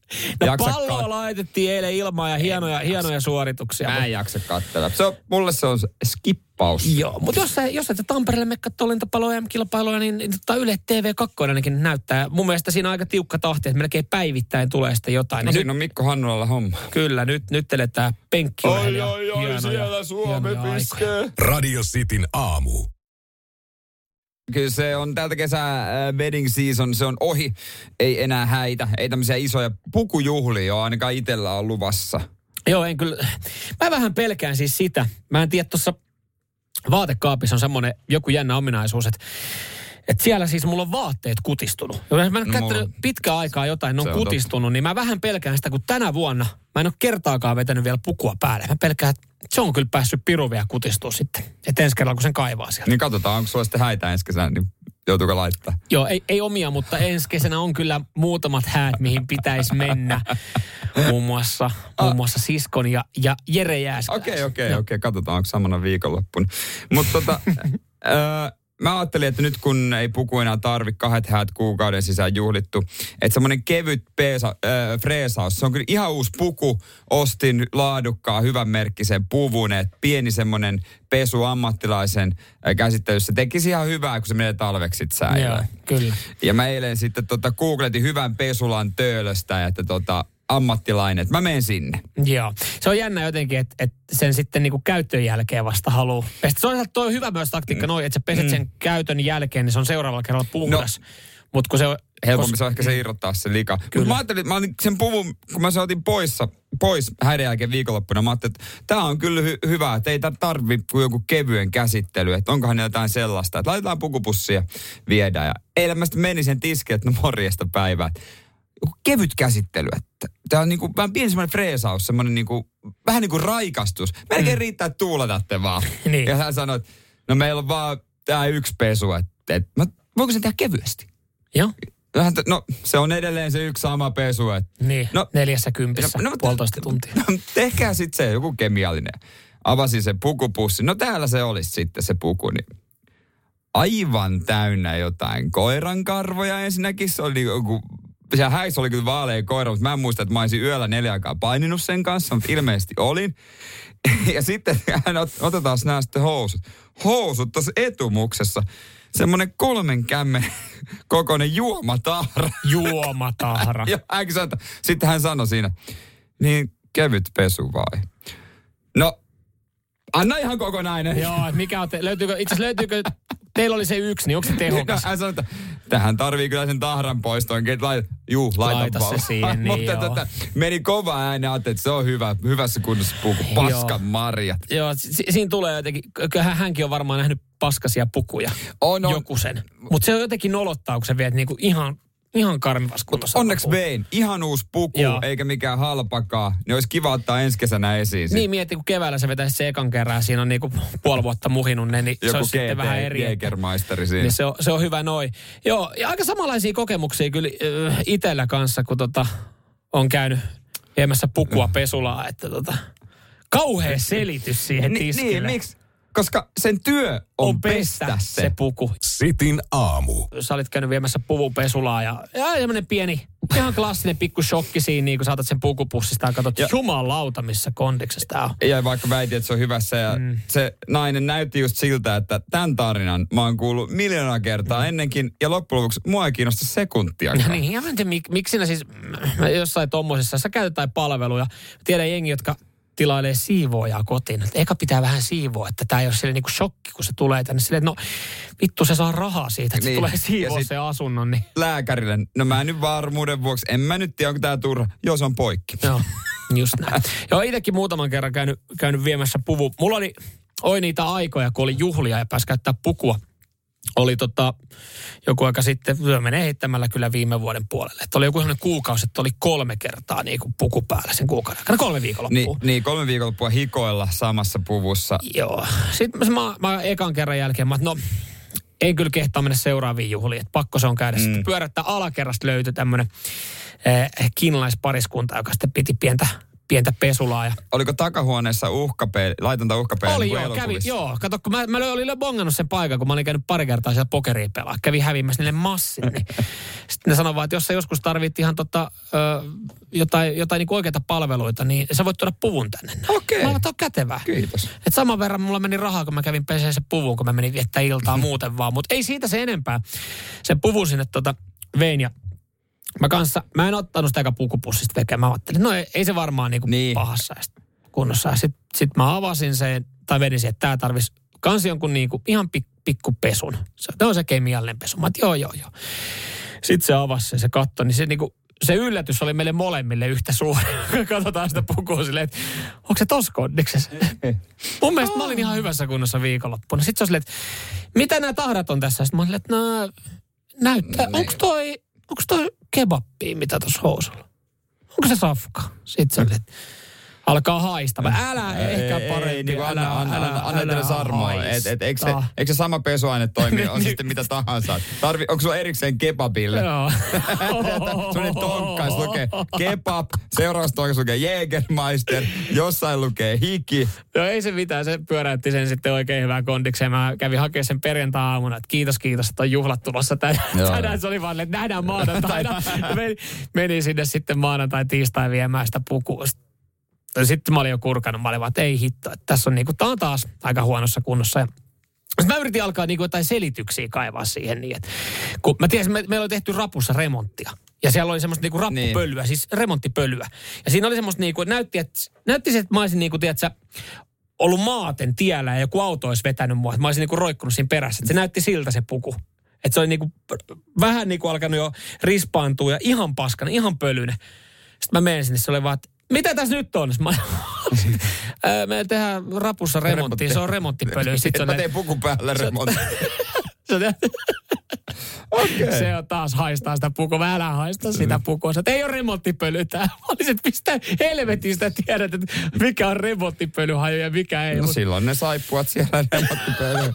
No jaksa palloa kat- laitettiin eilen ilmaan ja hienoja, hienoja suorituksia. Mä en jaksa katsella. Se on, mulle se on skippaus. Joo, mutta jos, jos et Tampereelle mene katsoo lentopalloja ja kilpailuja, niin, niin tota Yle T V kaksi ainakin näyttää. Mun mielestä siinä on aika tiukka tahti, että melkein päivittäin tulee sitten jotain. No niin siinä nyt, on Mikko Hannulalla homma. Kyllä, nyt, nyt eletään penkkiurheilijaa. Oi, oi, oi, siellä Suomi piskee. Radio Cityn aamu. Kyllä se on tältä kesää uh, wedding season, se on ohi. Ei enää häitä, ei tämmöisiä isoja pukujuhlia ole ainakaan itsellä on luvassa. Joo, en kyllä. Mä vähän pelkään siis sitä. Mä en tiedä, tuossa vaatekaapissa on semmoinen joku jännä ominaisuus, että että siellä siis mulla on vaatteet kutistunut. Jos mä en ole käyttänyt pitkään aikaa jotain, ne on, on kutistunut, totta. Niin mä vähän pelkään sitä, kun tänä vuonna mä en ole kertaakaan vetänyt vielä pukua päälle. Mä pelkään, että se on kyllä päässyt piru vielä kutistua sitten. Että ensi kerralla, kun sen kaivaa sieltä. Niin katsotaan, onko sulla sitten häitä ensi kesänä, niin joutuuko laittaa? Joo, ei, ei omia, mutta ensi kesänä on kyllä muutamat häät, mihin pitäisi mennä. Muun muassa, muun muassa siskon ja, ja Jere Jääskeläisen. Okei, okei, okei. Katsotaan, onko samana viikonloppuna. Mutta tota... Mä ajattelin, että nyt kun ei puku enää tarvi kahdet häät kuukauden sisään juhlittu, että semmoinen kevyt peesa, äh, freesaus, se on kyllä ihan uusi puku. Ostin laadukkaan, hyvän merkkisen puvun, että pieni semmoinen pesu ammattilaisen äh, käsittelyssä tekisi ihan hyvää, kun se menee talveksi säilöön. Joo, kyllä. Ja mä eilen sitten tota, googletin hyvän pesulan töölöstä, että tota, ammattilainen, että mä menen sinne. Joo. Se on jännä jotenkin, että, että sen sitten niinku käytön jälkeen vasta haluaa pestä. Se on toi hyvä myös taktiikka mm. noin, että sä peset mm. sen käytön jälkeen, niin se on seuraavalla kerralla puhdas. No, mutta kun se on... Helpompi kos... se on ehkä se irrottaa se lika. Mutta mä ajattelin, mä olin sen puvun, kun mä se otin poissa, pois häiden jälkeen viikonloppuna, mä ajattelin, että tää on kyllä hy- hyvä, että ei tarvi kuin joku kevyen käsittely, että onkohan jotain sellaista, että laitetaan pukupussia viedään. Ja eilen mä sitten menin sen tiskiin, että no morjesta päivää. Joku kevyt käsittely, että tää on niinku vähän pieni semmoinen freesaus, semmoinen niinku, vähän niinku raikastus. Melkein mm. riittää, että tuuletatte vaan. Niin. Ja hän sanoi, että no meillä on vaan tää yksi pesu, että, että mä, voinko sen tehdä kevyesti? Joo. No se on edelleen se yksi sama pesu. Että, niin, no, neljässä kympissä, no, no, puolitoista tuntia. No, tehkää sitten se joku kemiallinen. Avasin sen pukupussi. No täällä se olisi sitten se puku, niin aivan täynnä jotain koirankarvoja ensinnäkin. Se oli joku... Siellä häissä oli kyllä vaalea koira, mutta mä en muista, että mä olisin yöllä neljä aikaa paininut sen kanssa, mutta ilmeisesti olin. Ja sitten otetaan nämä sitten housut. Housut tuossa etumuksessa. Semmoinen kolmen kämmen kokoinen juomatahra. Juomatahra. Ja hänkin sanoi, että sitten hän sanoi siinä, niin kevyt pesu vai? No, anna ihan kokonainen. Joo, että mikä on, te- löytyykö, itse asiassa löytyykö, teillä oli se yksi, niin onko se tehokas? No, hän sanoi, että tähän tarvii kyllä sen tahran poistoonkin. Lait, juu, laita, laita se siihen, niin Mutta tota, meni kova ääni, ajattelin, että se on hyvä, hyvässä kunnossa puku, paskan marjat. Joo, si- siinä tulee jotenkin, kyllähän hänkin on varmaan nähnyt paskasia pukuja. On, on. Joku sen. Mutta se on jotenkin nolottaa, kun sä viet niinku ihan, ihan karmivas kuntossa. Onneksi vein. Ihan uusi puku, joo. Eikä mikään halpakaan. Niin olisi kiva ottaa ensi kesänä esiin. Niin, mietti, kun keväällä se vetäisi se ekan kerran, siinä on niinku puoli vuotta muhinut ne, niin joku se on sitten vähän eri. Jägermeisteri siinä. Niin se on, se on hyvä noin. Joo, ja aika samanlaisia kokemuksia kyllä äh, itsellä kanssa, kun tota, on käynyt viemässä pukua pesulaa, että tota, kauhea selitys siihen Ni, tiskille. Niin, miksi? Koska sen työ on, on pestä, pestä se. se puku. Cityn aamu. Sä olit käynyt viemässä puvun pesulaa ja, ja semmoinen pieni, ihan klassinen pikku shokki siinä, niin kun saatat sen pukupussista ja katsot, ja jumalauta, missä kondiksessa tää on. Ja vaikka väitin, että se on hyvässä ja mm. se nainen näytti just siltä, että tämän tarinan mä oon kuullut miljoonaa kertaa mm. ennenkin ja loppujen lopuksi mua ei kiinnosta sekuntiakaan. Niin, ja mä en tiedä, mik, miksi siinä siis jossain tommosessa, sä käytät jotain palveluja, tiedän jengi, jotka tilailee siivoojaa kotiin. Että eka pitää vähän siivoa, että tämä ei ole sille niinku shokki, kun se tulee tänne. Silleen, että no vittu se saa rahaa siitä, että niin. Se tulee siivoa se asunnon. Niin. Lääkärille, no mä nyt varmuuden vuoksi, en mä nyt tiedä, onko tää turha. Joo, se on poikki. Joo, just näin. Joo, itsekin muutaman kerran käynyt, käynyt viemässä puvu. Mulla oli, oli niitä aikoja, kun oli juhlia ja pääsi käyttää pukua. Oli tota, joku aika sitten, se menee heittämällä kyllä viime vuoden puolelle. Että oli joku sellainen kuukausi, että oli kolme kertaa niin kuin puku päällä sen kuukauden aikana. Kolme viikonloppua. Niin, niin kolme viikonloppua hikoilla samassa puvussa. Joo. Sitten mä, mä ekan kerran jälkeen, mä no ei kyllä kehtaa mennä seuraaviin juhliin. Että pakko se on käydä. Mm. Sitten pyörättää alakerrasta löytyi tämmöinen eh, kiinalaispariskunta, joka sitten piti pientä pientä pesulaa. Ja... Oliko takahuoneessa uhkapeili, laitonta uhkapeiliä? Oli niin joo, kävi, joo. Kato, kun mä, mä olin jo bongannut sen paikan, kun mä olin käynyt pari kertaa siellä pokeria pelaa. Kävi hävimässä niille massin. Niin. Sitten ne sanoi vaan, että jos sä joskus tarvit ihan tota, ö, jotain, jotain niin oikeita palveluita, niin sä voit tuoda puvun tänne. Okei. Mä oon kätevää. Kiitos. Et saman verran mulla meni rahaa, kun mä kävin peseen se puvun, kun mä menin viettää iltaa muuten vaan. Mutta ei siitä se enempää. Sen puvun sinne tota vein ja mä kanssa, mä en ottanut sitä aika pukupussista vekeä. Mä ajattelin, no ei, ei se varmaan niinku niin. pahassa kunnossa. Ja sit, sit mä avasin sen, tai vedin sen, että tää tarvis kans jonkun niinku ihan pik, pikkupesun. Se on se kemiallinen pesu. Mä oot, joo, joo, joo. Sitten se avasi sen, se katto, niin se niinku, se yllätys oli meille molemmille yhtä suuri. Katsotaan sitä pukua silleen, että onko se tossa kondiksessa? Mun mielestä mä olin ihan hyvässä kunnossa viikonloppuna. Sitten se on silleen, että mitä nämä tahrat on tässä? Sitten mä olin, että no, näyttää, onko toi... Onko toi kebabbi, mitä tuossa housulla? Onko se safka? Sitten se alkaa haistaa. Älä ehkä parempi. Niin älä, anna, älä, älä, älä, älä sarmoa. Et, et, eikö, se, eikö se sama pesuaine toimi? On sitten mitä tahansa. Tarvi, onko sulla erikseen kebabille? Joo. Sellainen tonkka, se lukee kebab. Seuraavassa tonkassa lukee Jägermeister. Jossain lukee hiki. Joo, ei se mitään. Se pyöräytti sen sitten oikein hyvää kondikseen. Mä kävin hakemaan sen perjantai-aamuna, että kiitos, kiitos, että on juhlat tulossa. Tänään se oli vaan, että nähdään maanantaina. Meni, meni sinne sitten maanantai, tiistai viemään sitä pukua. Sitten mä olin jo kurkannut. Mä olin vaan, että ei hitto, että tässä on niinku, tää on taas aika huonossa kunnossa. Ja sitten mä yritin alkaa niinku jotain selityksiä kaivaa siihen niin, että kun mä tiesin, me, meillä oli tehty rapussa remonttia. Ja siellä oli semmoista niinku rappupölyä, niin. Siis remonttipölyä. Ja siinä oli semmoista niinku, että näytti, että, näytti se, että mä olisin niinku, tiedätkö, ollut maaten tiellä ja joku auto olisi vetänyt mua. Että mä olisin niinku roikkunut siinä perässä. Että se näytti siltä se puku. Että se oli niinku, vähän niinku alkanut jo rispaantua ja ihan paskana, ihan pölyinen. Sitten mä menen sinne, se oli vaan, että mitä tässä nyt on? Mä, me tehdään rapussa remonttia, se on remonttipöly. Sitten mä teen pukun päälle remontti. Okay. Se on taas haistaa sitä pukua. Mä älä haistaa sitä pukua. Että ei ole remonttipöly tää. Mä olisin, että mistä helvetistä tiedät, että mikä on remonttipölyhaju ja mikä ei. No silloin ne saippuat siellä remonttipölyä.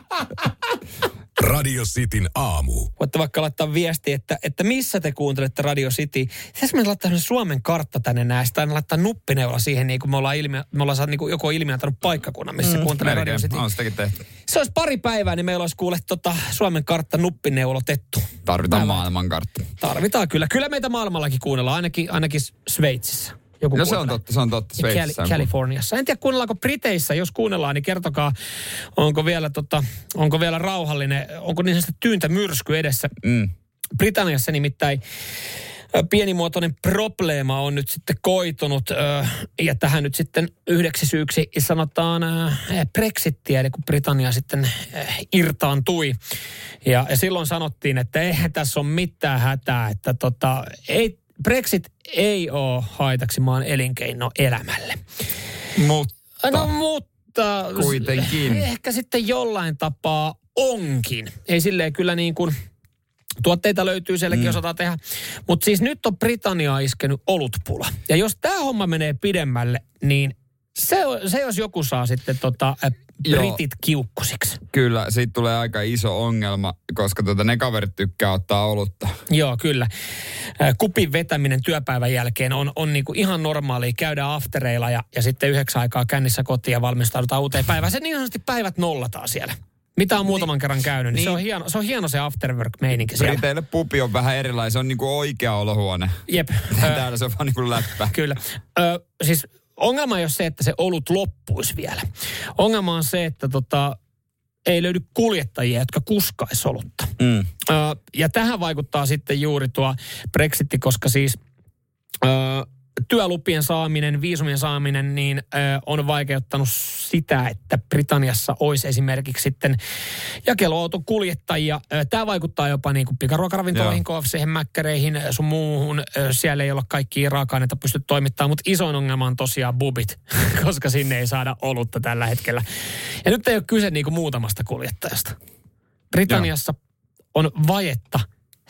Radio Cityn aamu. Voitte vaikka laittaa viestiä, että, että missä te kuuntelette Radio City. Tässä me laittaa Suomen kartta tänne näistä. Aina laittaa nuppineula siihen, niin kuin me ollaan, ilmi, me ollaan saanut, niin kuin joku on ilmiantanut paikkakunnan, missä mm, kuuntelee Radio City. On sitäkin tehty. Se olisi pari päivää, niin meillä olisi kuule tota, Suomen kartta nuppineulotettu. Tarvitaan maailman kartta. Tarvitaan kyllä. Kyllä meitä maailmallakin kuunnellaan, ainakin, ainakin Sveitsissä. Joku no se on totta, se on totta. Sveitsissä. Californiassa. En tiedä, kuunnellaanko Briteissä. Jos kuunnellaan, niin kertokaa, onko vielä, tota, onko vielä rauhallinen, onko niin sanotusti tyyntä myrsky edessä. Mm. Britanniassa nimittäin pienimuotoinen probleema on nyt sitten koitunut, ja tähän nyt sitten yhdeksi syyksi sanotaan Brexittiä, eli kun Britannia sitten irtaantui. Ja, ja silloin sanottiin, että eihän tässä ole mitään hätää, että tota, ei, Brexit ei ole haitaksi maan elinkeinoelämälle. Mutta. No mutta. Kuitenkin. Ehkä sitten jollain tapaa onkin. Ei silleen kyllä niin kuin. Tuotteita löytyy, sielläkin mm. osataan tehdä. Mutta siis nyt on Britanniaa iskenyt olutpula. Ja jos tämä homma menee pidemmälle, niin se, se jos joku saa sitten tota, äh, britit kiukkusiksi. Kyllä, siitä tulee aika iso ongelma, koska tota, ne kaverit tykkää ottaa olutta. Joo, kyllä. Äh, kupin vetäminen työpäivän jälkeen on, on niinku ihan normaalia. Käydään aftereilla ja, ja sitten yhdeksän aikaa kännissä kotiin ja valmistaudutaan uuteen päivään. Se niin sanotusti päivät nollataan siellä. Mitä on muutaman niin, kerran käynyt, niin, niin. Se, on hieno, se on hieno se afterwork-meininki siellä. Briteille pubi on vähän erilainen, se on niinku oikea olohuone. Jep. Täällä se on vaan niinku läppä. Kyllä. Ö, siis ongelma ei ole se, että se olut loppuisi vielä. Ongelma on se, että tota, ei löydy kuljettajia, jotka kuskaisi olutta. Mm. Ö, ja tähän vaikuttaa sitten juuri tuo Brexitti, koska siis Ö, työlupien saaminen, viisumien saaminen, niin ö, on vaikeuttanut sitä, että Britanniassa olisi esimerkiksi sitten jakeluauton kuljettajia. Tämä vaikuttaa jopa niin kuin pikaruokaravintoihin, K F C:hen, mäkkäreihin, sun muuhun. Ö, siellä ei olla kaikkia raaka-aineita pysty toimittamaan, mutta isoin ongelma on tosiaan bubit, koska sinne ei saada olutta tällä hetkellä. Ja nyt ei ole kyse niin kuin muutamasta kuljettajasta. Britanniassa Joo. on vajetta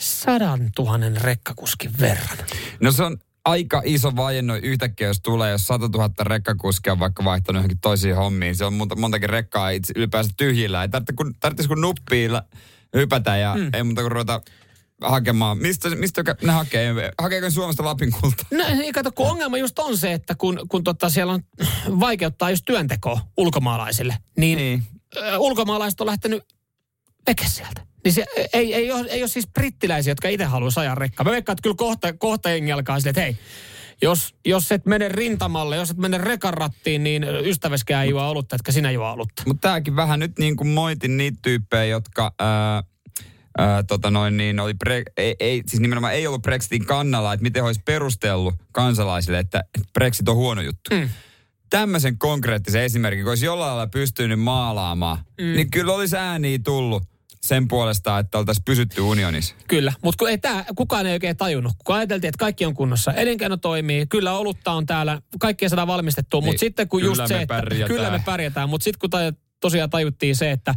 sadan tuhannen rekkakuskin verran. No se on aika iso vaje noin yhtäkkiä, jos tulee, jos satatuhatta rekkakuskia on vaikka vaihtanut johonkin toisiin hommiin. Se on monta, montakin rekkaa itse ylipäänsä tyhjillä. Ei tarvitse kun, tarvitsisi kun nuppiilla hypätä ja mm. ei muuta kuin ruveta hakemaan? Mistä, mistä ne hakee? Hakeeko Suomesta Lapin kultaa? No ei kato, kun ongelma just on se, että kun, kun tota siellä on vaikeuttaa just työntekoa ulkomaalaisille, niin, niin. Ö, ulkomaalaiset on lähtenyt veke sieltä. Niin se, ei, ei, ole, ei ole siis brittiläisiä, jotka itse haluaisi ajaa rekkaa. Mä veikkaan, että kyllä kohta, kohta jengi alkaa silleen, että hei, jos, jos et mene rintamalle, jos et mene rekan rattiin, niin ystäväskään ei juo olutta, etkä sinä juo olutta. Mutta tääkin vähän nyt niin kuin moitin niitä tyyppejä, jotka ää, ää, tota noin niin, oli pre, ei, ei, siis nimenomaan ei ollut Brexitin kannalla, että miten olisi perustellut kansalaisille, että Brexit on huono juttu. Mm. Tämmöisen konkreettisen esimerkin, kun olisi jollain lailla pystynyt maalaamaan, mm. niin kyllä olisi ääniä tullut sen puolesta, että oltaisiin pysytty unionissa. Kyllä, mutta ei tää, kukaan ei oikein tajunnut. Kun ajateltiin, että kaikki on kunnossa, elinkeino toimii, kyllä olutta on täällä, kaikkia saadaan valmistettua, niin, mutta sitten kun just se, että kyllä me pärjätään, mutta sitten kun taj, tosiaan tajuttiin se, että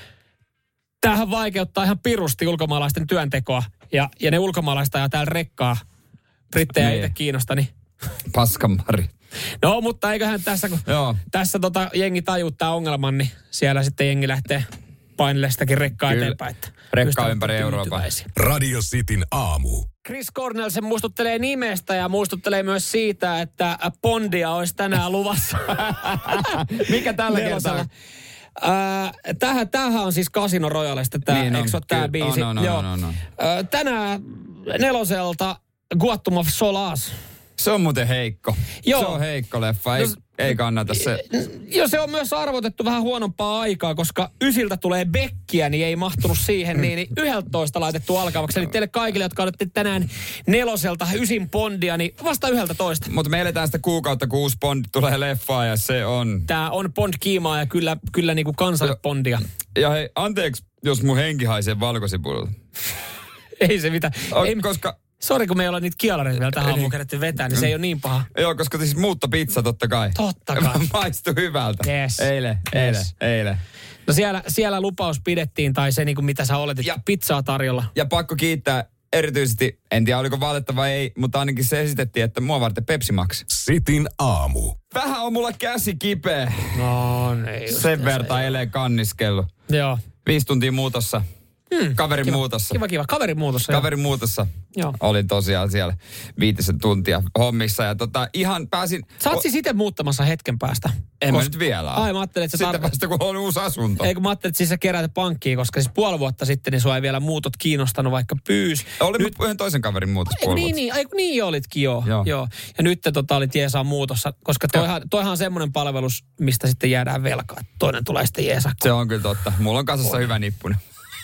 tämähän vaikeuttaa ihan pirusti ulkomaalaisten työntekoa, ja, ja ne ulkomaalaiset ajaa täällä rekkaa, brittejä ei itse kiinnosta, niin paskanmari. No, mutta eiköhän tässä, kun tässä tota, jengi tajuttaa ongelman, niin siellä sitten jengi lähtee painelemaan sitäkin rekkaa Kyllä. eteenpäin. Että rekkaa ympäri Euroopan. Radio Cityn aamu. Chris Cornell muistuttelee nimestä ja muistuttelee myös siitä, että Bondia olisi tänään luvassa. Mikä tällä kertaa? Äh, tämähän, tämähän on siis Casino Royalesta tämä, niin eikö ole tämä biisi? On, on, on, on, on. Äh, tänään neloselta Guattum of Solace. Se on muuten heikko. Joo. Se on heikko leffa, ei, no, ei kannata se. Joo, se on myös arvotettu vähän huonompaa aikaa, koska ysiltä tulee bekkiä, niin ei mahtunut siihen, niin, niin yhdeltätoista laitettu alkavaksi. Eli teille kaikille, jotka olette tänään neloselta ysin Bondia, niin vasta yhdeltä toista. Mutta me eletään sitä kuukautta, kun uusi Bond tulee leffaan ja se on... Tää on Bond-kiimaa ja kyllä, kyllä niin kuin kansalle Bondia. Ja hei, anteeksi, jos mun henki haisee valkosipulilta. Ei se mitään. O, ei, koska... Sori, kun me ei olla niitä kialareita vielä tähän aamuun kerätty vetää, niin se ei ole niin paha. Joo, koska siis muuttopizza totta kai. Totta kai. Maistui hyvältä. Yes. Eilen, eilen, yes. eilen. No siellä, siellä lupaus pidettiin, tai se niin kuin mitä sä oletit, ja, pizzaa tarjolla. Ja pakko kiittää erityisesti, en tiedä oliko valetta vai ei, mutta ainakin se esitettiin, että mua varten Pepsi Max. Cityn aamu. Vähän on mulla käsi kipeä. No niin. Sen verran eilen kanniskellut. Joo. Viisi tuntia muutossa. Hmm, Kaverin kiva, muutossa. Kiva, kiva. Kaverin muutossa. Kaverin joo. muutossa. Joo. Olin tosiaan siellä viitisen tuntia hommissa ja tota ihan pääsin... Sä oot siis itse muuttamassa hetken päästä. En Kos... mä nyt vielä. Ai mä ajattelin, että... Sitten tar... vasta kun on uusi asunto. Ei kun mä ajattelin, että siis sä keräät pankkiin, koska siis puoli vuotta sitten niin sua ei vielä muutot kiinnostanut vaikka pyys. Oli nyt yhden toisen kaverin muutos puoli Niin, niin, ai, niin olitkin joo. joo. joo. Ja nyt te tota olit jeesaa muutossa, koska toihan, toihan on semmoinen palvelus, mistä sitten jäädään velkaa. Toinen tulee sitten jeesaa. Se on kyllä totta. Mulla on kasassa hyvä nippuna.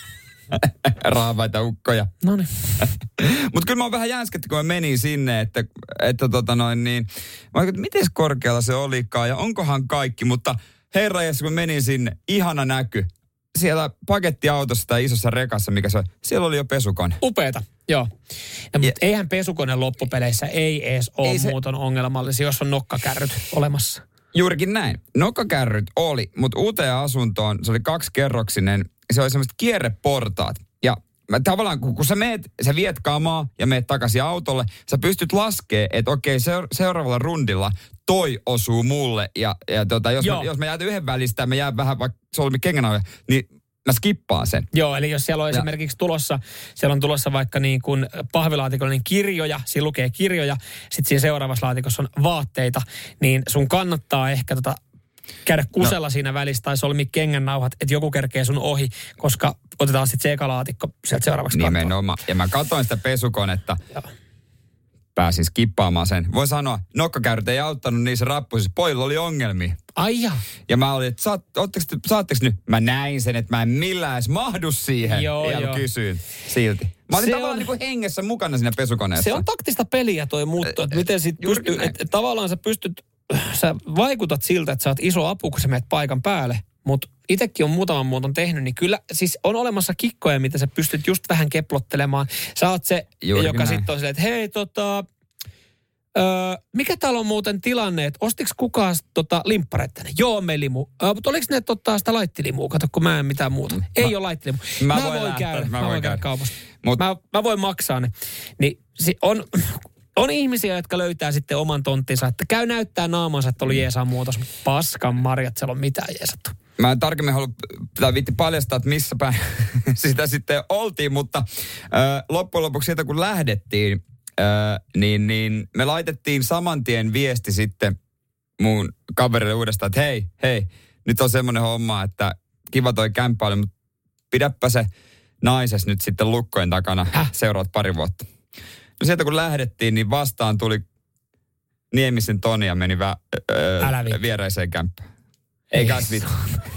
Raavaita ukkoja. Noniin. Mutta kyllä mä oon vähän jänsketty, kun mä menin sinne, että, että tota noin niin, mä ajattelin, että miten korkealla se olikaan ja onkohan kaikki, mutta herra jes, kun mä menin sinne, ihana näky. Siellä pakettiautossa tai isossa rekassa, mikä se on, siellä oli jo pesukone. Upeeta, joo. Ja, mutta eihän pesukone loppupeleissä ei edes ole ei se... muuton ongelmallisia, jos on nokkakärryt olemassa. Juurikin näin. Nokkakärryt oli, mutta uuteen asuntoon, se oli kaksikerroksinen, se oli semmoiset kierreportaat. Ja mä, tavallaan kun, kun sä meet, sä viet kamaa ja meet takaisin autolle, sä pystyt laskemaan, että okei, seura- seuraavalla rundilla toi osuu mulle. Ja, ja tota, jos, mä, jos mä jäätän yhden välistä ja mä jään vähän vaikka solmi kengänauja, niin mä skippaan sen. Joo, eli jos siellä on ja. esimerkiksi tulossa, siellä on tulossa vaikka niin kuin pahvilaatikolla niin kirjoja, siinä lukee kirjoja, sitten siinä seuraavassa laatikossa on vaatteita, niin sun kannattaa ehkä tota käydä kusella no. siinä välissä tai solmi kengännauhat, että joku kerkee sun ohi, koska otetaan sitten se eka laatikko sieltä seuraavaksi kantoon. Nimenomaan. Ja mä katsoin sitä pesukonetta. Joo. Pääsin skippaamaan sen. Voin sanoa, nokkakäyryt ei auttanut niissä rappuisissa. Pojilla oli ongelmia. Ai ja. Ja mä olin, että saat, saatteko nyt? Mä näin sen, että mä en millään edes mahdu siihen. Joo, ja joo. kysyin silti. Mä olin se tavallaan on, niin kuin hengessä mukana siinä pesukoneessa. Se on taktista peliä toi muutto, että miten sit pystyy, että et tavallaan sä pystyt, sä vaikutat siltä, että sä oot iso apu, kun sä menet paikan päälle. Mutta itsekin on muutaman muuton tehnyt, niin kyllä siis on olemassa kikkoja, mitä sä pystyt just vähän keplottelemaan. Sä oot se, Juurikin joka sitten on silleen, että hei tota, öö, mikä täällä on muuten tilanne, että ostiks kukaan tota limppareita? Joo, me limu. Öö, mutta oliks ne tota sitä laittilimua? Kato, kun mä en mitään muuta. Mä, Ei ole laittilimua. Mä, mä voin lähteä, käydä, mä, mä voin käydä kaupasta. Mut, mä, mä voin maksaa ne. Niin si, on... On ihmisiä, jotka löytää sitten oman tonttinsa, että käy näyttää naamansa, että oli jeesaa muutos. Paskan marjat, siellä on mitään jeesattu. Mä en tarkemmin halua, tai viitti paljastaa, että missä päin sitä sitten oltiin, mutta ö, loppujen lopuksi sieltä kun lähdettiin, ö, niin, niin me laitettiin saman tien viesti sitten mun kaverille uudestaan, että hei, hei, nyt on semmoinen homma, että kiva toi kämppä oli, mutta pidäpä se naises nyt sitten lukkojen takana Häh? seuraat pari vuotta. No sieltä kun lähdettiin, niin vastaan tuli Niemisen Toni ja meni vä, öö, viereiseen kämppään. Ei käs vittu.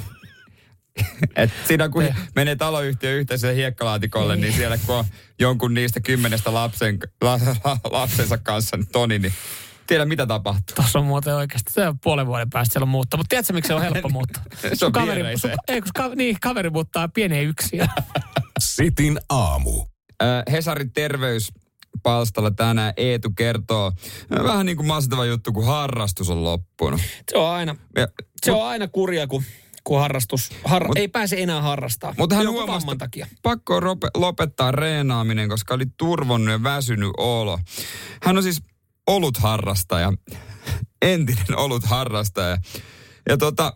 Et siinä kun Ei. menee taloyhtiön yhteiseen hiekkalaatikolle, Ei. niin siellä kun on jonkun niistä kymmenestä lapsen, la, la, lapsensa kanssa niin Toni, niin tiedä mitä tapahtuu. Tuossa on muuten oikeasti, se on puolen vuoden päästä siellä on muuttaa. Mutta tiedätkö, miksi se on helppo muuttaa? Se on kaveri, sun, ei, kun ka, niin, kaveri muuttaa pieneen yksiä. Sitin aamu. Hesarin terveyspalstalla tänään Eetu kertoo vähän niin kuin masentava juttu, kun harrastus on loppunut. Se on aina, ja, se on aina kurja, kun, kun harrastus, har, mut, ei pääse enää harrastaa. Mutta hän huomasi, takia. Pakko rope, lopettaa reenaaminen, koska oli turvonnut ja väsynyt olo. Hän on siis olutharrastaja, entinen olutharrastaja. Ja tota,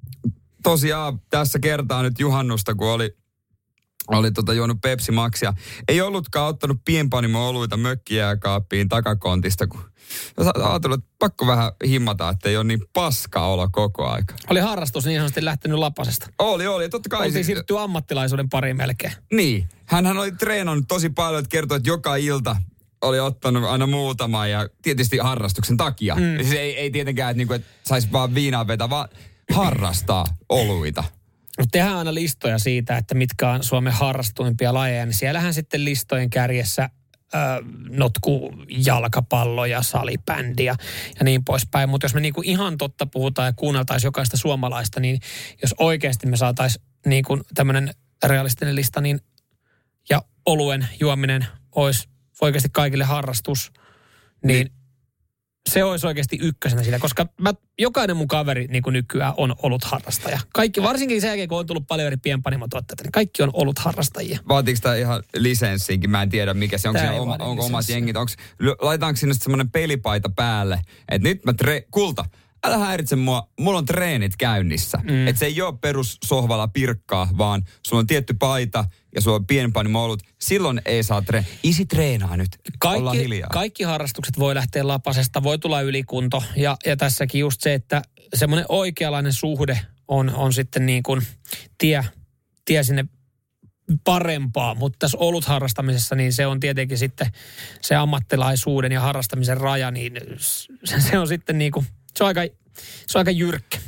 tosiaan tässä kertaa nyt juhannusta, kun oli Oli tota juonut Pepsi Maxia. Ei ollutkaan ottanut pienpanimo-oluita mökkijääkaappiin takakontista, kun ajatellut, että pakko vähän himmata, että ei ole niin paska olo koko aika. Oli harrastus niin sanotusti lähtenyt lapasesta. Oli, oli. Totta kai. Oltiin siis siirtyä ammattilaisuuden pariin melkein. Niin. Hänhän oli treenannut tosi paljon, että kertoi, että joka ilta oli ottanut aina muutama ja tietysti harrastuksen takia. Mm. Se ei, ei tietenkään, että, niinku, että saisi vaan viinaa vetää, vaan harrastaa oluita. Mutta tehdään aina listoja siitä, että mitkä on Suomen harrastuimpia lajeja, niin siellähän sitten listojen kärjessä äh, notkuu jalkapallo ja salibändi ja, ja niin poispäin. Mutta jos me niinku ihan totta puhutaan ja kuunneltaisiin jokaista suomalaista, niin jos oikeasti me saataisiin niinku tämmöinen realistinen lista, niin ja oluen juominen olisi oikeasti kaikille harrastus, niin, niin se olisi oikeasti ykkösenä siinä, koska mä, jokainen mun kaveri niin kuin nykyään on ollut harrastaja. Kaikki, varsinkin sen jälkeen, kun on tullut paljon eri pienpanimotuotteita, niin kaikki on ollut harrastajia. Vaatiiko tämä ihan lisenssiinkin? Mä en tiedä, mikä se on. Onko, oma, onko omat jengit? Onko, laitaanko sinne semmoinen pelipaita päälle, että nyt mä tre... Kulta, älä häiritse mua, mulla on treenit käynnissä. Mm. Että se ei ole perus sohvalla pirkkaa, vaan sulla on tietty paita ja sulla on pienpanimo-olut. Silloin ei saa treenaa. Isi treenaa nyt, ollaan hiljaa. Kaikki harrastukset voi lähteä lapasesta, voi tulla ylikunto. Ja, ja tässäkin just se, että semmoinen oikeanlainen suhde on, on sitten niin kuin tie, tie sinne parempaa. Mutta tässä olut harrastamisessa, niin se on tietenkin sitten se ammattilaisuuden ja harrastamisen raja, niin se, se on sitten niin kuin, se on aika, se on aika jyrkkä.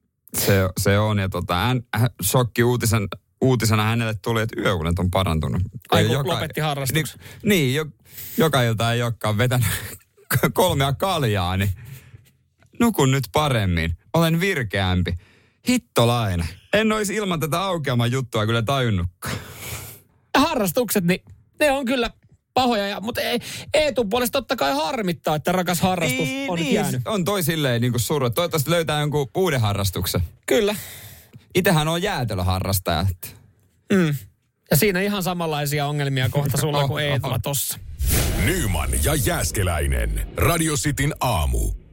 Se, se on, ja tota, hän, shokki uutisen, uutisena hänelle tuli, että yöunet on parantunut. Ai kun joka, lopetti harrastuksen. Niin, niin jo, joka ilta ei olekaan vetänyt kolmea kaljaa, niin nukun nyt paremmin. Olen virkeämpi. Hittolaina. En olisi ilman tätä aukeaman juttua kyllä tajunnutkaan. Harrastukset, niin ne on kyllä pahoja, ja, mutta ei, Eetun puolesta totta kai harmittaa, että rakas harrastus niin, on niin, jäänyt. On toi silleen niin kuin surra. Toivottavasti löytää jonkun uuden harrastuksen. Kyllä. Itähän on jäätelöharrastaja. Mm. Ja siinä ihan samanlaisia ongelmia kohta sulla oh, kuin Eetulla tossa. Nyman ja Jääskeläinen. Radio Cityn aamu.